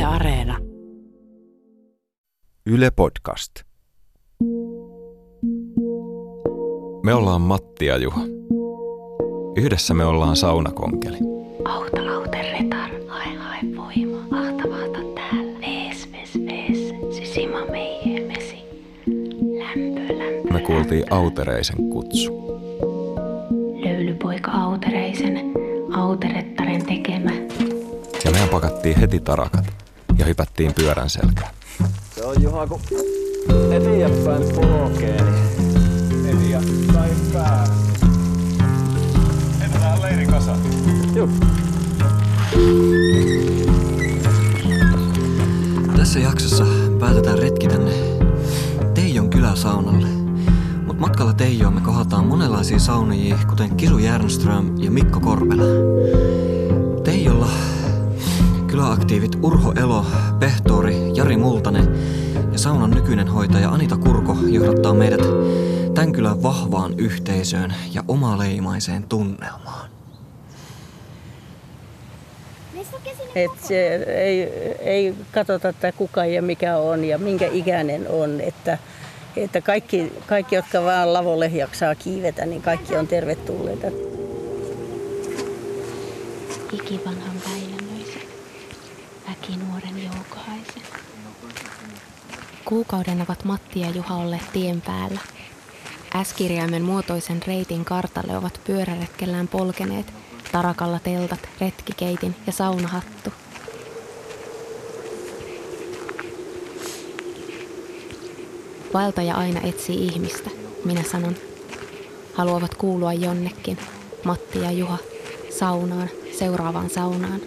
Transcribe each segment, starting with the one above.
Areena. Yle Podcast. Me ollaan Matti ja Juha. Yhdessä me ollaan saunakonkeli. Auta retar, hae voima, ahtavaata täällä. Vees, se sima meijee mesi. Lämpö. Me kuultiin Autereisen kutsu. Löylypoika Autereisen, Auterettaren tekemä. Ja mehän pakattiin heti tarakat ja hypättiin pyörän selkään. Se on Juha, kun eteenpäin polkee, niin eteenpäin pää. Heitetään leiri kasaan. Juh. Tässä jaksossa päätetään retki tänne Teijon kyläsaunalle. Mut matkalla Teijoon me kohdataan monenlaisia saunajia, kuten Kisu Järnström ja Mikko Korpela. Teijolla kyläaktiivit Urho Elo, pehtori Jari Multanen ja saunan nykyinen hoitaja Anita Kurko johdattaa meidät tän kylän vahvaan yhteisöön ja omaleimaiseen tunnelmaan. Et se ei katsota, että kuka ja mikä on ja minkä ikäinen on. Että kaikki, jotka vaan lavolle jaksaa kiivetä, niin kaikki on tervetulleita. Ikivanhan väilämöisen, väkinuoren joukohaisen. Kuukauden ovat Matti ja Juha olleet tien päällä. S-kirjaimen muotoisen reitin kartalle ovat pyöräretkellään polkeneet tarakalla teltat, retkikeitin ja saunahattu. Vaeltaja aina etsii ihmistä, minä sanon. Haluavat kuulua jonnekin, Matti ja Juha, saunaan, seuraavaan saunaan.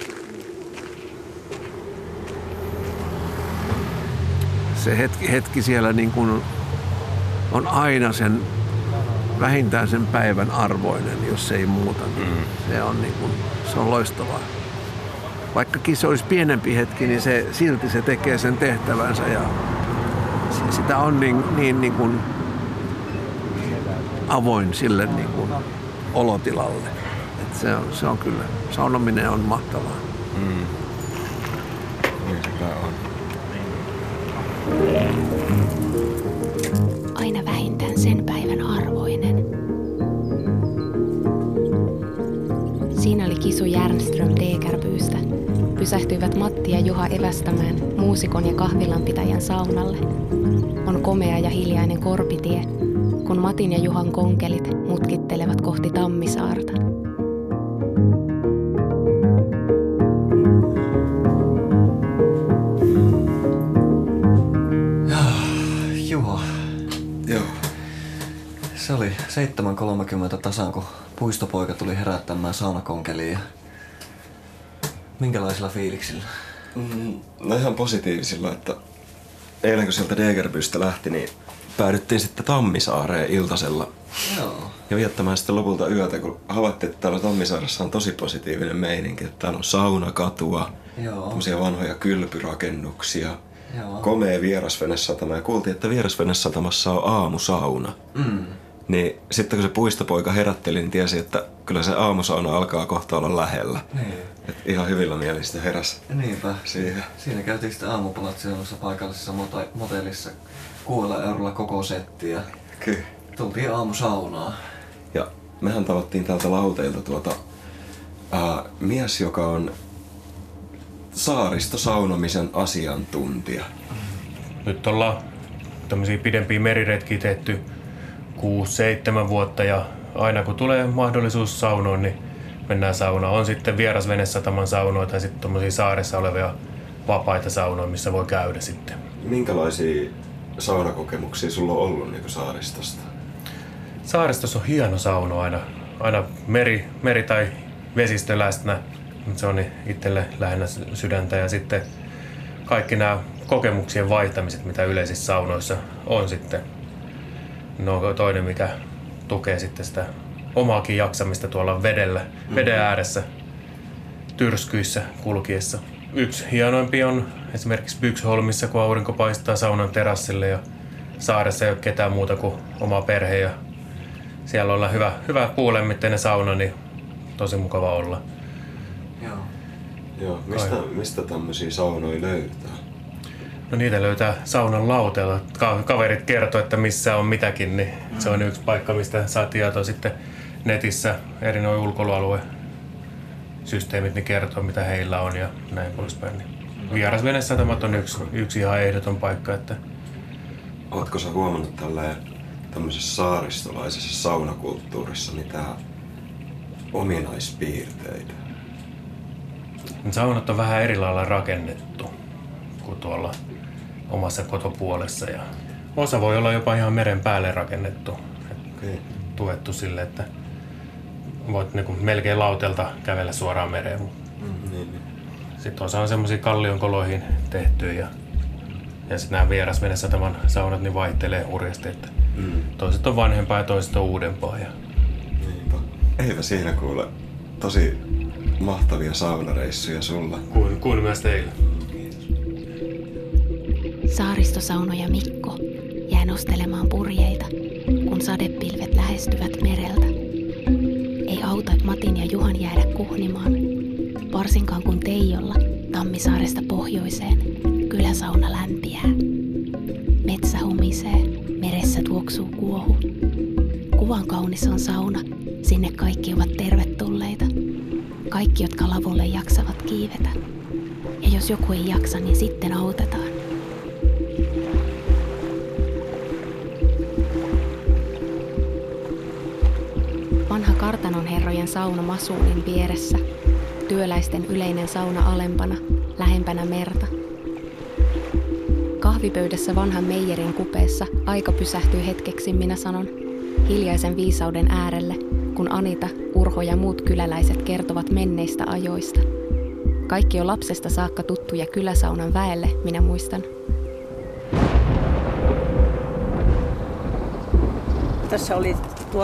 Se hetki siellä niin kuin on aina vähintään sen päivän arvoinen, jos ei muuta. Niin se on loistavaa. Vaikkakin se olisi pienempi hetki, niin silti se tekee sen tehtävänsä ja sitä on niin kuin avoin sille niin kuin olotilalle. Et se on kyllä, saunominen on mahtavaa. Niin sitä on. Aina vähintään sen päivän arvoinen. Siinä oli Kisu Järnström Degerbyystä. Pysähtyivät Matti ja Juha evästämään muusikon ja kahvilanpitäjän saunalle. On komea ja hiljainen korpitie, kun Matin ja Juhan konkelit mutkittelevat kohti Tammisaarta. Juha. Joo. Se oli 7.30 tasan, kun puistopoika tuli herättämään saunakonkeliin. Minkälaisilla fiiliksillä? No ihan positiivisilla, että eilen kun sieltä Degerbystä lähti, niin päädyttiin sitten Tammisaareen iltasella. Joo. Ja viettämään sitten lopulta yötä, kun havaittiin, että täällä Tammisaaressa on tosi positiivinen meininki. Että täällä on saunakatua, tämmöisiä vanhoja kylpyrakennuksia, komea vierasvenesatama ja kuultiin, että vierasvenesatamassa on aamusauna. Niin sitten kun se puistopoika herätteli, niin tiesi, että kyllä se aamusauna alkaa kohta olla lähellä. Niin. Et ihan hyvillä mielistä heräsi. Niinpä. Siihen. Siinä käytiin sitten aamupalat sellaisessa paikallisessa motellissa 6 eurolla koko setti ja Kyllä. tultiin aamusaunaan. Ja mehän tavattiin täältä lauteilta mies, joka on saaristosaunomisen asiantuntija. Nyt ollaan tämmöisiä pidempiä meriretkiä tehty 6-7 vuotta ja aina kun tulee mahdollisuus saunoon, niin mennään saunaan. On sitten vierasvenesataman saunoja tai sitten tommosia saaressa olevia vapaita saunoja, missä voi käydä sitten. Minkälaisia saunakokemuksia sulla on ollut niin kuin saaristosta? Saaristossa on hieno sauno aina meri tai vesistö läsnä. Se on itselle lähinnä sydäntä ja sitten kaikki nämä kokemuksien vaihtamiset, mitä yleisissä saunoissa on sitten. No toinen, mikä tukee sitten sitä omaakin jaksamista tuolla veden ääressä, tyrskyissä kulkiessa. Yksi hienoimpi on esimerkiksi Byxholmissa, kun aurinko paistaa saunan terassille ja saaressa ei ole ketään muuta kuin oma perhe ja siellä ollaan hyvä puulämmitteinen sauna, niin tosi mukava olla. Joo. Joo, mistä tämmöisiä saunoja löytää? No niitä löytää saunan lauteella. Kaverit kertoo, että missä on mitäkin, niin se on yksi paikka, mistä saa tietoa sitten netissä. Eri noin ulkoilualuesysteemit niin kertoo, mitä heillä on ja näin poispäin. Vierasvenesatamat on yksi ihan ehdoton paikka. Että... Ootko sä huomannut tämmöisessä saaristolaisessa saunakulttuurissa mitään ominaispiirteitä? Saunat on vähän eri lailla rakennettu kuin tuolla omassa kotopuolessa. Ja osa voi olla jopa ihan meren päälle rakennettu. Okay. Tuettu sille, että voit niinku melkein lautelta kävellä suoraan mereen. Niin. Sitten osa on semmoisia kallionkoloihin tehty ja sitten nämä vierasvenesataman saunat niin vaihtelee hurjasti, että toiset on vanhempaa ja toiset on uudempaa. Niinpä. Eipä siinä kuule tosi mahtavia saunareissuja sulla. Kuin myös teillä. Saaristosaunoja Mikko jää nostelemaan purjeita, kun sadepilvet lähestyvät mereltä. Ei auta Matin ja Juhan jäädä kuhnimaan, varsinkaan kun Teijolla Tammisaaresta pohjoiseen kyläsauna lämpiää. Metsä humisee, meressä tuoksuu kuohu. Kuvan kaunis on sauna, sinne kaikki ovat tervetulleita. Kaikki, jotka lavolle jaksavat kiivetä. Ja jos joku ei jaksa, niin sitten autetaan. Vanha kartanon herrojen sauna Masuunin vieressä. Työläisten yleinen sauna alempana, lähempänä merta. Kahvipöydässä vanhan meijerin kupeessa aika pysähtyy hetkeksi, minä sanon, hiljaisen viisauden äärelle, kun Anita, Urho ja muut kyläläiset kertovat menneistä ajoista. Kaikki on lapsesta saakka tuttuja kyläsaunan väelle, minä muistan. Tässä oli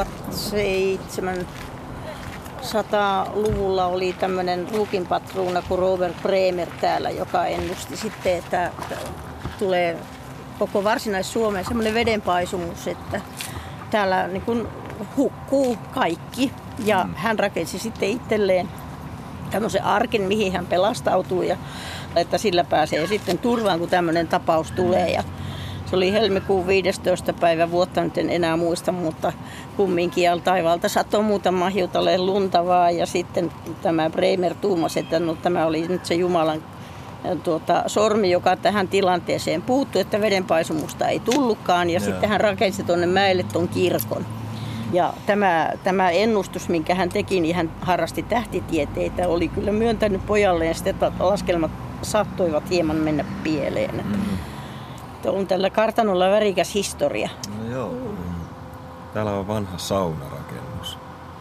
1700-luvulla oli tämmöinen ruukinpatruuna kuin Robert Bremer täällä, joka ennusti sitten, että tulee koko Varsinais-Suomeen semmoinen vedenpaisumus, että täällä niin kuin hukkuu kaikki. Ja hän rakensi sitten itselleen tämmöisen arkin, mihin hän pelastautuu ja että sillä pääsee sitten turvaan, kun tämmöinen tapaus tulee. Ja se oli helmikuun 15. päivä vuotta, nyt en enää muista, mutta kumminkin ja taivaalta satoi muutama hiutaleen lunta vaan. Ja sitten tämä Bremer tuumasi, että no, tämä oli nyt se Jumalan sormi, joka tähän tilanteeseen puuttui, että vedenpaisumusta ei tullutkaan. Ja sitten hän rakensi tuonne mäelle ton kirkon. Ja tämä ennustus, minkä hän teki, niin hän harrasti tähtitieteitä, oli kyllä myöntänyt pojalleen, että laskelmat saattoivat hieman mennä pieleen. On tällä kartanolla värikäs historia. No joo. Täällä on vanha saunarakennus.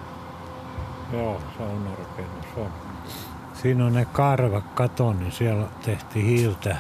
Joo, saunarakennus on. Siinä on ne karvat katon, niin siellä tehtiin hiiltä.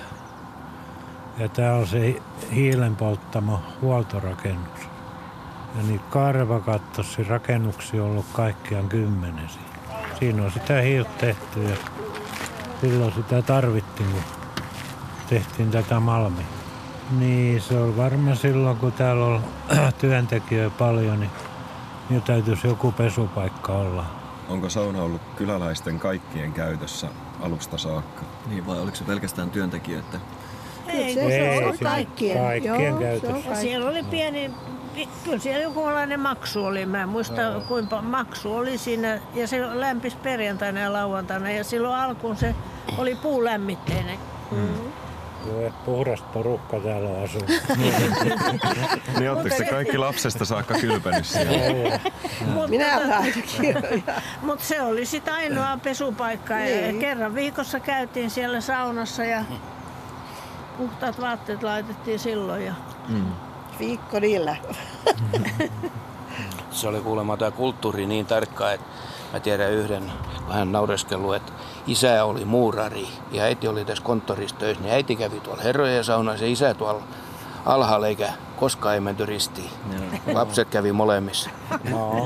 Ja tää on se hiilenpolttamo huoltorakennus. Ja niitä karvakattoisia rakennuksia on ollut kaikkiaan 10. Siinä on sitä hiiltä tehty ja silloin sitä tarvittiin, kun tehtiin tätä malmia. Niin, se on varmaan silloin, kun täällä on työntekijöitä paljon, niin täytyisi joku pesupaikka olla. Onko sauna ollut kyläläisten kaikkien käytössä alusta saakka? Niin, vai oliko se pelkästään työntekijöitä? Ei, se on kaikkien käytössä. Siellä oli pieni, kyllä siellä jokinlainen maksu oli. Mä en muista kuinka maksu oli siinä. Ja se lämpisi perjantaina ja lauantaina. Ja silloin alkuun se oli puulämmitteinen. Joo, puhdas porukka täällä on asunut. Niin ootteko te kaikki lapsesta saakka kylpenyt siellä? Minä ainakin. Mutta se oli sitten ainoa pesupaikka. Niin. Kerran viikossa käytiin siellä saunassa ja puhtaat vaatteet laitettiin silloin. Ja... Viikko niillä. Se oli kuulemma tämä kulttuuri niin tarkka, että mä tiedän yhden, kun hän naureskellut, että isä oli muurari ja äiti oli tässä konttorissa töissä, niin äiti kävi tuolla herrojen saunassa ja isä tuolla alhaalla eikä koskaan ei menty ristiin. Lapset kävi molemmissa. No.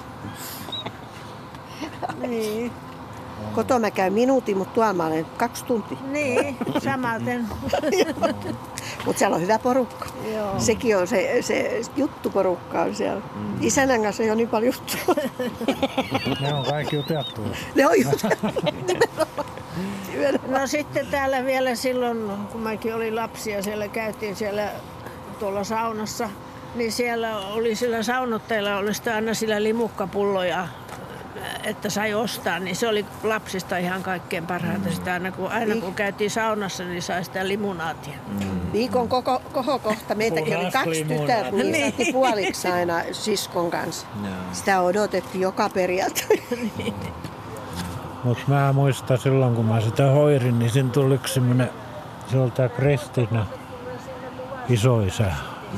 Niin. Koto mä käyn minuutin, mutta tuolla mä olen 2 tuntia. Niin, samaten. Mutta siellä on hyvä porukka. Joo. Sekin on se juttuporukka on siellä. Isännän kanssa ei ole niin paljon juttua. Ne on kaikki juteltu. Ne on juteltu. No sitten täällä vielä silloin, kun mäkin olin lapsi ja siellä käytiin siellä tuolla saunassa, niin siellä oli sillä saunotteilla oli sitä aina sillä limukkapulloja, että sai ostaa, niin se oli lapsista ihan kaikkein parhaita sitä. Aina kun käytiin saunassa, niin sai sitä limunaatia. Viikon kohokohta. Meitäkin oli 2 tytärtä, niin saatiin puoliksi aina siskon kanssa. Sitä odotettiin joka perjantai. Mutta mä muistan silloin, kun mä sitä hoirin, niin siinä tuli yksi semmoinen, se oli tää Kristina, isoisä.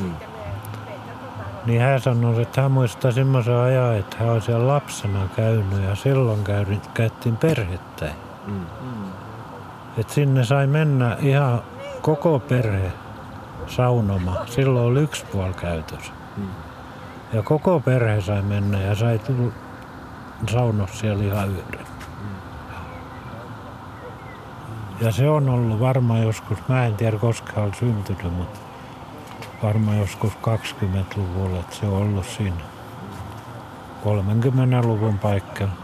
Niin hän sanoi, että hän muistaa semmoisen ajan, että hän on siellä lapsena käynyt ja silloin käytiin perhettäin. Että sinne sai mennä ihan koko perhe saunomaan. Silloin oli 1 puoli käytössä. Ja koko perhe sai mennä ja sai tulla saunoa siellä ihan yhden. Ja se on ollut varmaan joskus, mä en tiedä koska on syntynyt, mutta varmaan joskus 20-luvulla, että se on ollut siinä 30-luvun paikalla.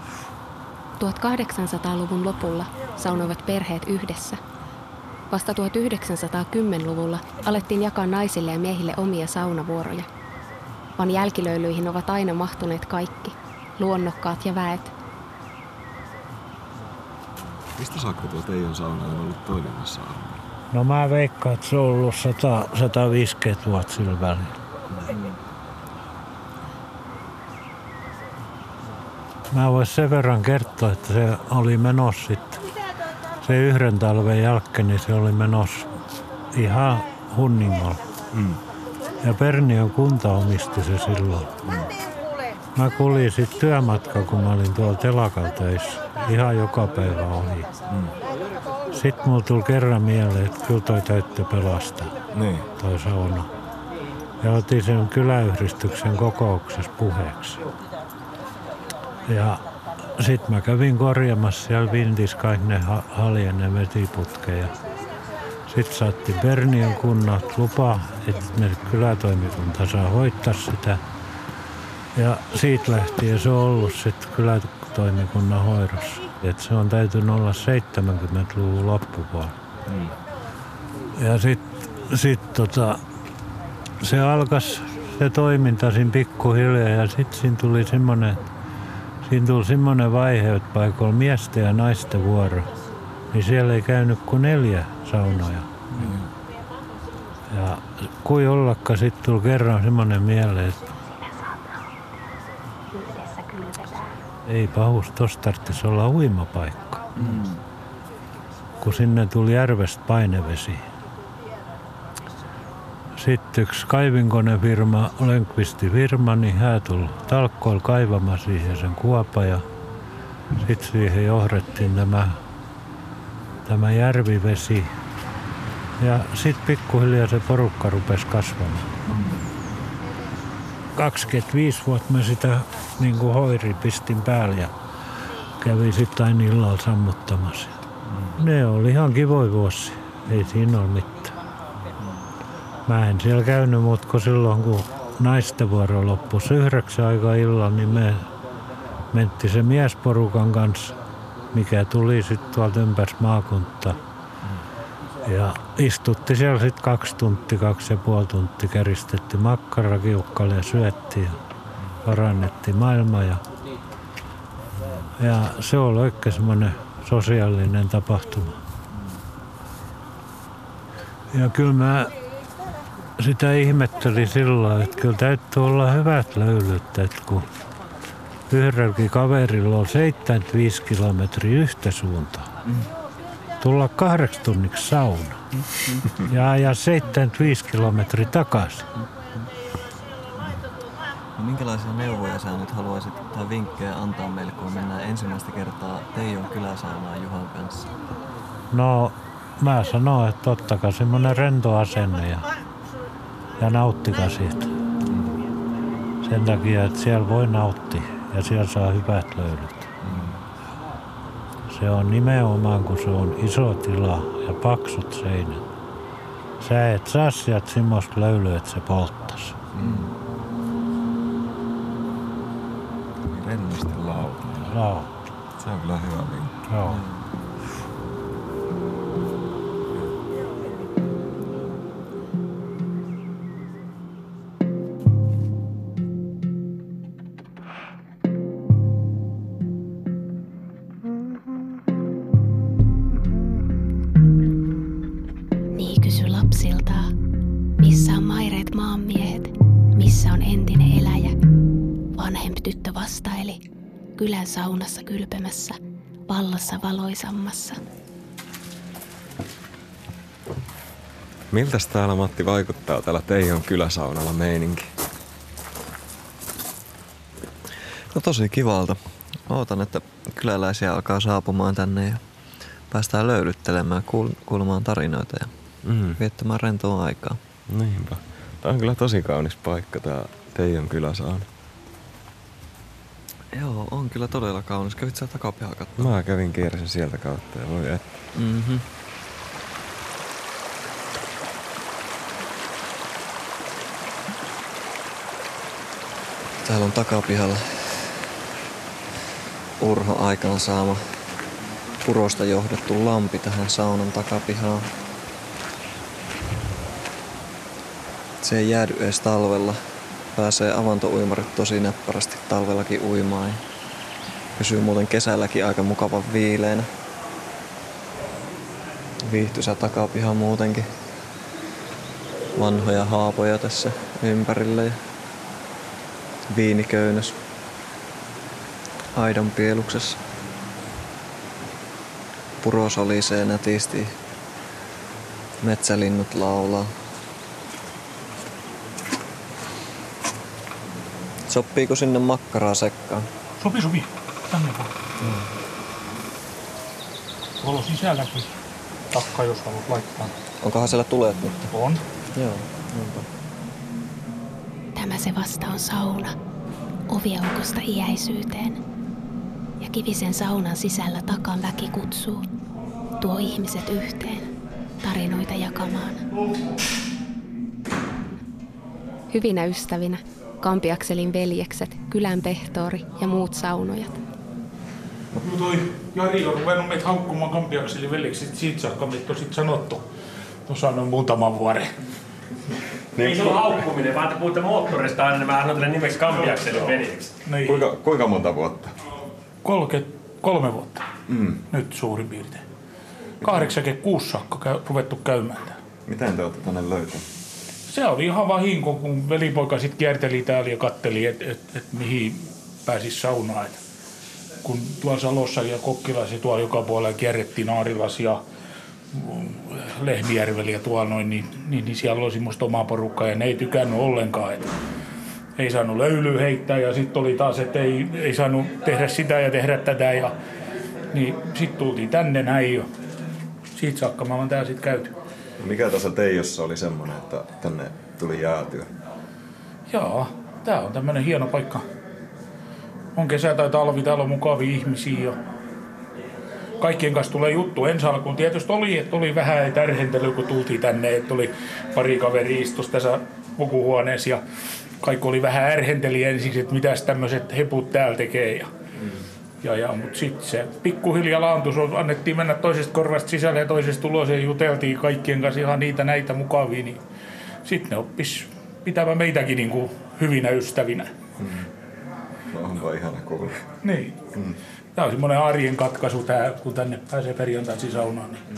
1800-luvun lopulla saunoivat perheet yhdessä. Vasta 1910-luvulla alettiin jakaa naisille ja miehille omia saunavuoroja. Vaan jälkilöilyihin ovat aina mahtuneet kaikki, luonnokkaat ja väet. Mistä saakka tuo Teijon sauna on ollut toiminnassa? No mä veikkaan, että se on ollut 150 vuotta sillä välillä. Mä vois sen verran kertoa, että se oli menossa sitten. Se 1 talven jälkeen, niin se oli menossa ihan hunningolla. Ja Perniön kunta omisti se silloin. Mä kuljin sitten työmatka, kun mä olin tuolla telakalla töissä. Ihan joka päivä ohi. Sitten mulla tuli kerran mieleen, että kyllä toi täytyy pelastaa, toi sauna. Ja otin sen kyläyhdistyksen kokouksessa puheeksi. Ja sitten mä kävin korjaamassa siellä vintissä kaikki ne haljen ja vetiputkeja. Sitten saatiin Perniön kunnat lupa, että ne kylätoimikunta saa hoitaa sitä. Ja siitä lähtien se on ollut sitten kylätoimikunnan hoidossa. Et se on täytynyt olla 70-luvun loppupuolella. Ja sitten se alkas se toiminta siinä pikkuhiljaa ja sitten siinä tuli semmoinen vaihe, että paikalla miesten ja naisten vuoro, niin siellä ei käynyt kuin 4 saunoja. Ja kui ollakaan sitten tuli kerran semmoinen mieleen, että ei pahus, tossa tarvitsisi olla uimapaikka. Kun sinne tuli järvestä painevesi. Sitten yksi kaivinkonefirma, Lönkvistin firma, niin hän tuli talkkoilla kaivamaan siihen sen kuopa ja sitten siihen johdettiin tämä järvivesi. Ja sitten pikkuhiljaa se porukka rupesi kasvamaan. 25 vuotta mä sitä niin kuin hoiri pistin päälle ja kävin sitten aina illalla sammuttamassa. Ne oli ihan kivoja vuosia, ei siinä ole mitään. Mä en siellä käynyt, mutta silloin kun naisten vuoro loppui 9 aikaa illalla, niin me mentiin se miesporukan kanssa, mikä tuli sitten tuolta ympäri maakuntaa. Ja istutti siellä sitten 2 tuntia, 2,5 tuntia, käristettiin makkarakiukkalle ja syöttiin ja parannettiin maailmaa. Ja se oli oikein semmoinen sosiaalinen tapahtuma. Ja kyllä mä sitä ihmettelin silloin, että kyllä täytyy olla hyvät löylyt, että kun yhdelläkin kaverilla on 75 kilometriä yhtä suuntaan. Tulla 8 tunniksi sauna ja ajaa 75 kilometriä takaisin. No, minkälaisia neuvoja sä nyt haluaisit tai vinkkejä antaa meille, kun mennään ensimmäistä kertaa Teijon kyläsaunaan Juhan kanssa? No, mä sanon, että ottakaa semmoinen rento asenne ja nauttikaa siitä. Sen takia, että siellä voi nauttia ja siellä saa hyvät löylyt. Se on nimenomaan, kun se on iso tila ja paksut seinät. Sä et saa sieltä semmoista löylyä, että se polttaisi. Rennosti lauta. Joo. Se on kyllä hyvä vinkki. Joo. vastaili kylän saunassa kylpemässä, vallassa valoisammassa. Miltäs täällä, Matti, vaikuttaa täällä Teijon kyläsaunalla meininki? No tosi kivalta. Ootan, että kyläläisiä alkaa saapumaan tänne ja päästään löylyttelemään, kuulemaan tarinoita ja viettämään rentoa aikaa. Niinpä. Tää on kyllä tosi kaunis paikka, tää Teijon kyläsauna. Joo, on kyllä todella kaunis. Kävit sä takapihaa katsomaan? Mä kävin kiersin sieltä kautta ja voi et. Täällä on takapihalla Urho aikaan saama purosta johdettu lampi tähän saunan takapihaan. Se ei jäädy edes talvella. Pääsee avantouimarit tosi näppärästi talvellakin uimaan. Ja pysyy muuten kesälläkin aika mukavan viileänä. Viihtyisä takapiha muutenkin. Vanhoja haapoja tässä ympärillä ja viiniköynnös aidan pieluksessa. Puro solisee nätisti. Metsälinnut laulaa. Sopiiko sinne makkaraa sekkaan? Sopi. Tänne vaan. Tuolla sisälläkin takka, jos haluat laittaa. Onkohan siellä tulet nyt? On. Joo. Tämä se vasta on sauna, oviaukosta iäisyyteen. Ja kivisen saunan sisällä takan väki kutsuu, tuo ihmiset yhteen, tarinoita jakamaan. Hyvinä ystävinä Kampiakselin veljekset, kylän pehtori ja muut saunojat. No toi Jari on ruvennut meitä haukkumaan Kampiakselin veljekset, siitä saakka meitä on sit sanottu tuossa noin muutaman vuoden. Ei se ole haukkuminen, vaan te puhutte moottorista aina, niin mä annan tälle nimeksi Kampiakselin veljekset. Niin. Kuinka monta vuotta? 33 vuotta. Nyt suurin piirtein. 86 saakka ruvettu käymään täällä. Miten te olette tänne löytäneet? Se oli ihan vahinko, kun velipoika sitten kierteli täällä ja katteli, että mihin pääsisi saunaan. Kun tuolla Salossa ja Kokkilassa ja tuolla joka puolella kierrettiin Naarilas ja Lehmijärvellä ja tuolla noin, niin siellä oli semmoista omaa porukkaa ja ne ei tykännyt ollenkaan. Että ei saanut löylyä heittää ja sitten oli taas, että ei saanut tehdä sitä ja tehdä tätä. Ja, niin sitten tultiin tänne näin jo. Siitä saakka mä oon täällä sitten käyty. Mikä tässä Teijossa oli semmoinen, että tänne tuli jäätyä? Joo, tää on tämmönen hieno paikka. On kesä tai talvi, täällä on mukavia ihmisiä ja kaikkien kanssa tulee juttu. Ensi alkuun tietysti oli vähän tärhentelyä, kun tultiin tänne, että oli pari kaveri istus tässä pukuhuoneessa ja kaikki oli vähän ärhenteli ensiksi, että mitäs tämmöiset heput täällä tekee. Mutta sitten se pikkuhiljaa laantus, annettiin mennä toisesta korvasta sisälle ja toisesta ulos ja juteltiin kaikkien kanssa ihan niitä näitä mukavia, niin sitten ne oppis pitämään meitäkin niinku hyvinä ystävinä. No onpa ihana kuulla. Niin. Tämä on semmoinen arjen katkaisu, kun tänne pääsee perjantaisin saunaan. Niin.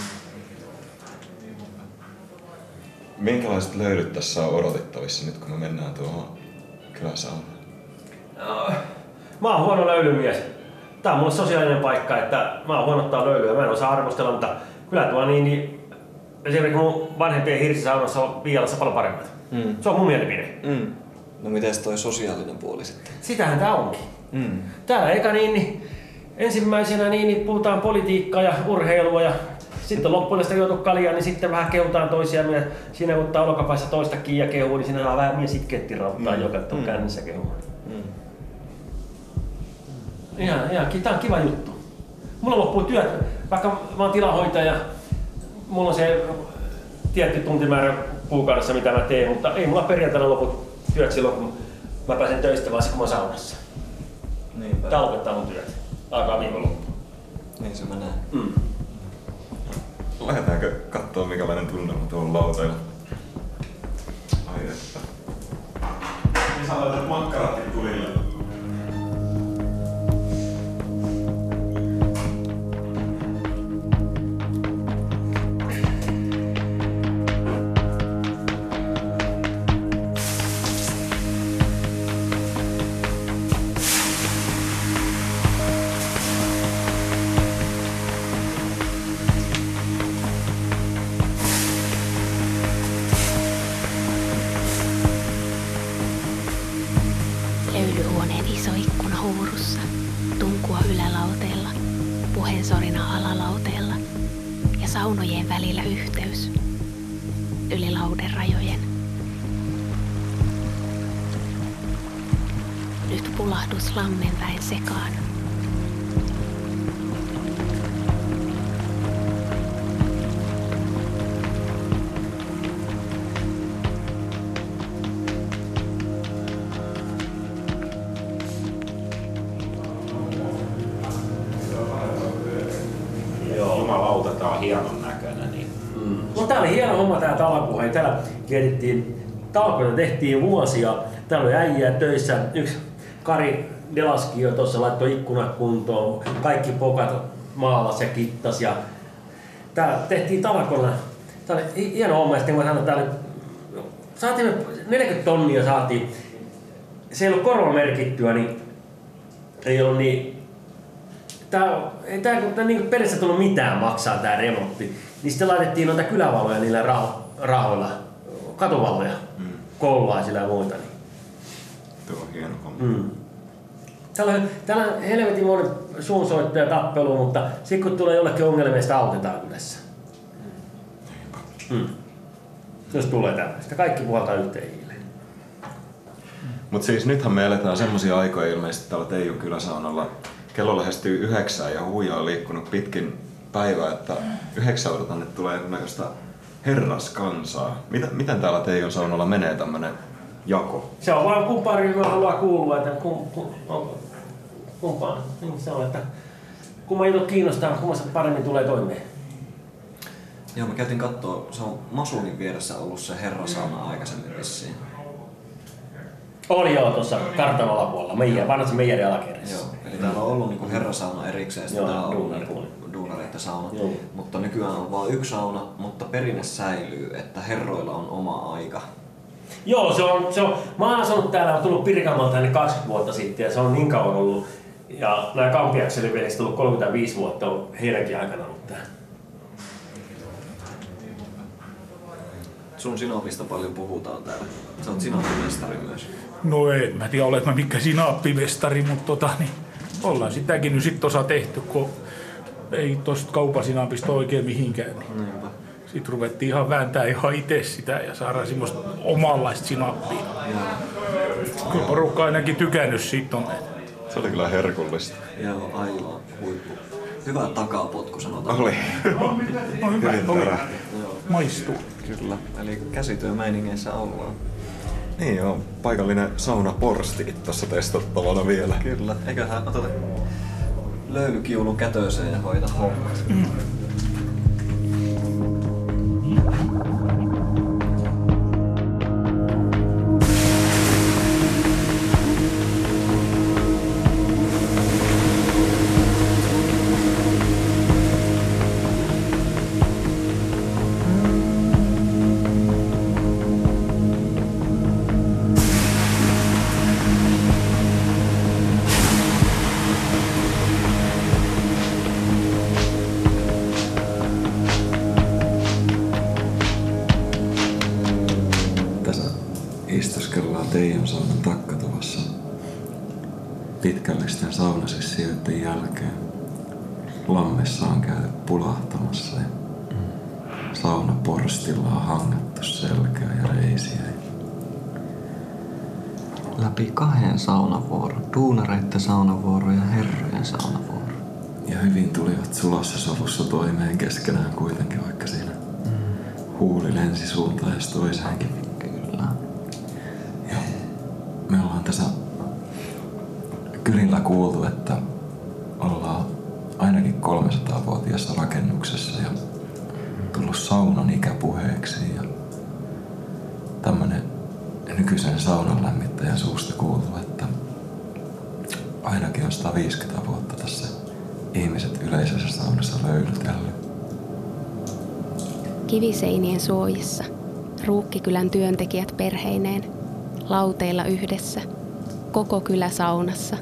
Minkälaiset löydyt tässä on odotettavissa nyt, kun me mennään tuohon kyläsaunaan? No, mä oon huono löylymies. Tää on mulle sosiaalinen paikka, että mä oon huono ottaa löylyä. Mä en osaa arvostella, mutta kyllä tuo niin esimerkiksi mun vanhempien hirsisaunassa on Viialassa paljon paremmat. Se on mun mielipide. No mites toi sosiaalinen puoli sitten? Sitähän tää onkin. Täällä eka ensimmäisenä puhutaan politiikkaa ja urheilua ja sitten loppuun sitä juotu kaljaa, niin sitten vähän kehutaan toisiaan ja siinä kun ottaa olkapäissä toistakin ja kehuu, niin siinä on vähän mies itketti rauttaa joka on kännissä kehua. Tää on kiva juttu. Mulla loppuu työt, vaikka mä oon tilahoitaja, mulla on se tietty tuntimäärä kuukaudessa mitä mä teen, mutta ei mulla perjantaina lopu työt silloin kun mä pääsen töistä vaan kun mä oon saunassa. Tää lopettaa mun työt. Alkaa viikonloppu. Niin se menee. Lähdetäänkö kattoo minkälainen tunnelma tuolla lauteilla? Ai että. Niin sä laitat makkaraatkin tulille. saunojen välillä yhteys yli lauderajojen. Nyt pulahdus lammenväen sekaan. Jumalauta, tää on hienon näköinen. Niin. No tää oli hieno homma tää talkoo. Täällä vietettiin talkoita, tehtiin vuosia. Täällä oli äijää töissä. Yksi Kari Delaskio tuossa laittoi ikkunat kuntoon. Kaikki pokat maalas ja kittas. Ja täällä tehtiin talkoilla. Tää oli hieno homma. Ja sitten mä sanoin, että saatiin 40 tonnia saatiin. Se ei ollut korolla merkittyä, niin ei ollut niin. Ei tää niin periaatteessa tullut mitään maksaa tää remontti. Niin sitten laitettiin noita kylävaloja niillä rahoilla, katuvaloja, koululaisilla ja muita. Niin. Tuo on hieno homma. Täällä on helvetin moni suunsoitto ja tappelu, mutta sitten kun tulee jollekin ongelmia, sitä autetaan yhdessä. Jos tulee tällaista. Kaikki puhaltaa yhteen hiileen. Mut siis nythän me eletään semmosia aikoja ilmeisesti täällä Teijon kyläsaunalla. Kello lähestyy 9 ja huija on liikkunut pitkin päivää, että 9 tänne tulee jonkinlaista herraskansaa. Miten täällä Teijon saunalla menee tämmönen jako? Se on vaan kumpaan ryhmään haluaa kuulua, että kumpaan. Niin se on, että kumman jutut kiinnostaa, kummassa paremmin tulee toimeen. Joo, mä käytin kattoo, se on Masunin vieressä ollut se herrasauna aikaisemmin vissiin. Oli joo tuossa kartan alapuolella, vanhassa meijerin alakerrassa. Joo, eli täällä on ollut niinku herrasauna erikseen, ja tää on ollut niinku duunareiden sauna. Joo. Mutta nykyään on vain yksi sauna, mutta perinne säilyy, että herroilla on oma aika. Joo, se on. Mä oon asunut täällä, on tullut Pirkanmaalta tänne 20 vuotta sitten ja se on niin kauan ollut. Ja nämä Kampiakselin veljestä tullut 35 vuotta on heidänkin aikana ollut tää. Sun sinapista paljon puhutaan täällä. Sä oot sinappimestari myös. No en mä tiedä, olet mä mikä sinappimestari, mutta niin, ollaan sitäkin nyt sit osa tehty, kun ei tosta kaupasinapista oikein mihinkään. Niin. Sitten ruvettiin ihan vääntää ihan itse sitä ja saadaan semmoista omanlaista sinappia. Kyllä porukka ainakin tykännyt siitä on. Se oli kyllä herkullista. Joo, aivan huippu. Hyvä takapotku sanotaan. Oli. No hyvä, oli. Maistuu. Kyllä, eli käsityömeiningeissä ollaan. Niin joo, paikallinen saunaporsti tässä testattavana vielä. Kyllä, eiköhän oteta löylykiulun kätöseen ja hoida hommat. Teijon saunan takkatuvassa pitkällisten saunasessijöiden jälkeen. Lammessa on käyty pulahtamassa ja saunaporstilla on hangattu selkeä ja reisiä. Läpi 2 saunavuoron, duunareitten saunavuoro ja herrojen saunavuoro. Ja hyvin tulivat sulassa sovussa toimeen keskenään kuitenkin, vaikka siinä huuli lensi suuntaan ja toiseenkin. Kyllä. Ja me ollaan tässä kylillä kuultu, että ollaan ainakin 300-vuotiaassa rakennuksessa ja tullut saunan ikäpuheeksi ja tämmönen nykyisen saunan lämmittäjän suusta kuultu, että ainakin on 150 vuotta tässä ihmiset yleisessä saunassa löylytellyt. Kiviseinien suojissa Ruukkikylän työntekijät perheineen, lauteilla yhdessä, koko kylä saunassa.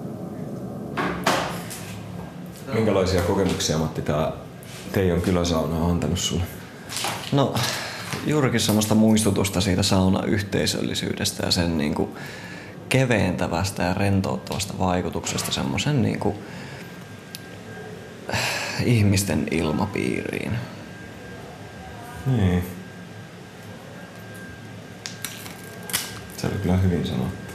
Minkälaisia kokemuksia, Matti, tää Teijon kyläsauna on antanut sulle? No, juurikin semmoista muistutusta siitä saunayhteisöllisyydestä ja sen niinku keventävästä ja rentouttavasta vaikutuksesta semmoisen niinku ihmisten ilmapiiriin. Niin. Se oli kyllä hyvin sanottu.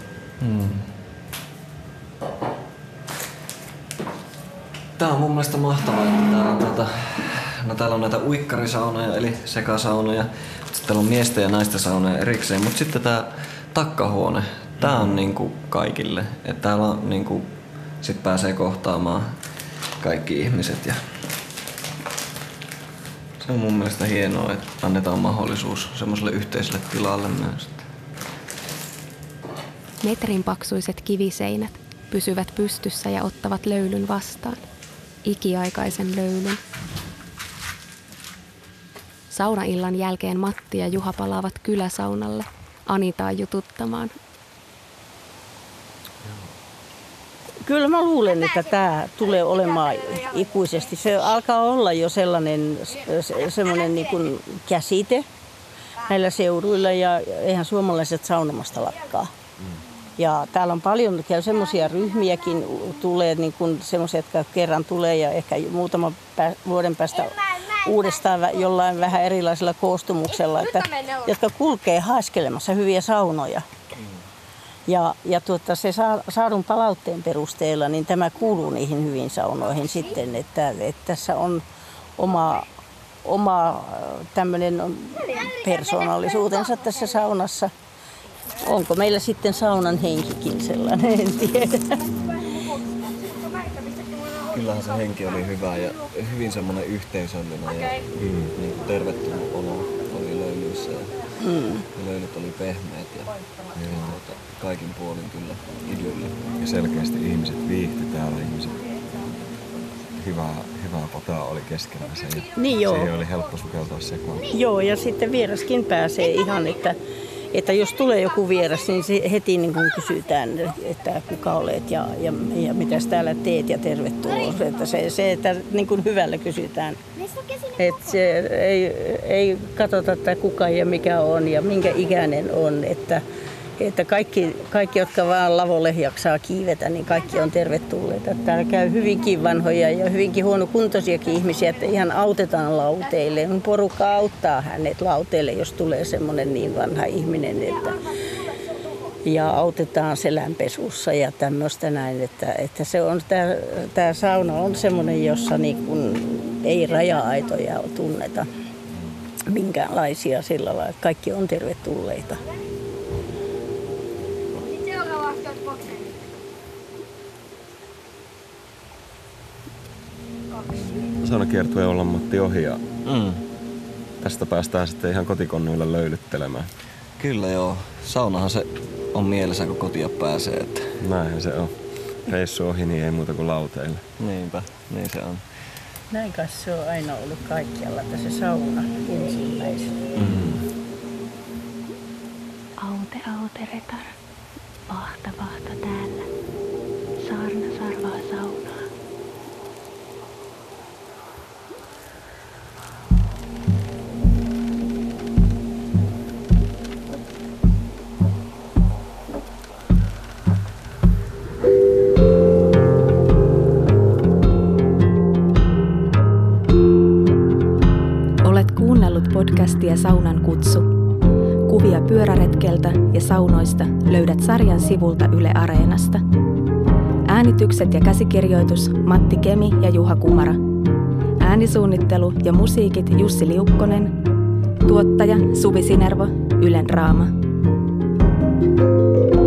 Tää on mun mielestä mahtavaa, että täällä on näitä uikkarisaunoja eli sekasaunoja. Sitten täällä on miesten ja naisten saunoja erikseen, mutta sitten tää takkahuone, tää on niinku kaikille. Että täällä on niinku, sit pääsee kohtaamaan kaikki ihmiset ja se on mun mielestä hienoa, että annetaan mahdollisuus semmoiselle yhteiselle tilalle myös. Metrin paksuiset kiviseinät pysyvät pystyssä ja ottavat löylyn vastaan. Ikiaikaisen löylyn. Saunaillan jälkeen Matti ja Juha palaavat kyläsaunalle Anitaa jututtamaan. Kyllä mä luulen, että tämä tulee olemaan ikuisesti. Se alkaa olla jo semmoinen niin kuin käsite näillä seuduilla ja eihän suomalaiset saunomasta lakkaa. Ja täällä on paljon, semmoisia ryhmiäkin tulee, niin kuin semmoisia, jotka kerran tulee ja ehkä muutaman vuoden päästä uudestaan jollain vähän erilaisella koostumuksella, jotka kulkee haaskelemassa hyviä saunoja. Ja se saadun palautteen perusteella, niin tämä kuuluu niihin hyviin saunoihin sitten, että tässä on oma tämmöinen persoonallisuutensa tässä saunassa. Onko meillä sitten saunan henkikin sellainen, en tiedä. Kyllähän se henki oli hyvä ja hyvin semmoinen yhteisöllinen ja niin tervetullut olo oli löylyissä. Ja löylyt oli pehmeät ja kaikin puolin kyllä idylli. Ja selkeästi ihmiset viihti täällä, ihmiset hyvää potaa oli keskenään se. Niin joo. Se oli helppo sukeltaa sekaan. Joo, ja sitten vieraskin pääsee ihan, että jos tulee joku vieras, niin heti niin kuin kysytään, että kuka olet ja mitä täällä teet ja tervetuloa. Että se että niin kuin hyvällä kysytään. Että se ei katsota, että kuka ja mikä on ja minkä ikäinen on. Että kaikki, jotka vaan lavolle jaksaa kiivetä, niin kaikki on tervetulleita. Täällä käy hyvinkin vanhoja ja hyvinkin huonokuntoisiakin ihmisiä, että ihan autetaan lauteille. Porukka auttaa hänet lauteille, jos tulee semmoinen niin vanha ihminen. Ja autetaan selänpesussa ja tämmöistä näin. Että se on, tämä sauna on semmoinen, jossa niin kun ei raja-aitoja tunneta minkäänlaisia sillä lailla, että kaikki on tervetulleita. Saunakiertue ollaan Matti ohi ja tästä päästään sitten ihan kotikonnuilla löylyttelemään. Kyllä joo. Saunahan se on mielessä, kun kotia pääsee. Että... Näinhän se on. Reissu ohi, niin ei muuta kuin lauteille. Niinpä, niin se on. Näin kai se on aina ollut kaikkialla, että se sauna ensimmäisenä. Aute retar, vahta täällä, saarna sarvaa saunaa. Olet kuunnellut podcastia Saunan kutsu. Kuvia pyöräretkeltä ja saunoista löydät sarjan sivulta Yle Areenasta. Äänitykset ja käsikirjoitus Matti Kemi ja Juha Kumara. Äänisuunnittelu ja musiikit Jussi Liukkonen. Tuottaja Suvi Sinervo, Ylen Raama.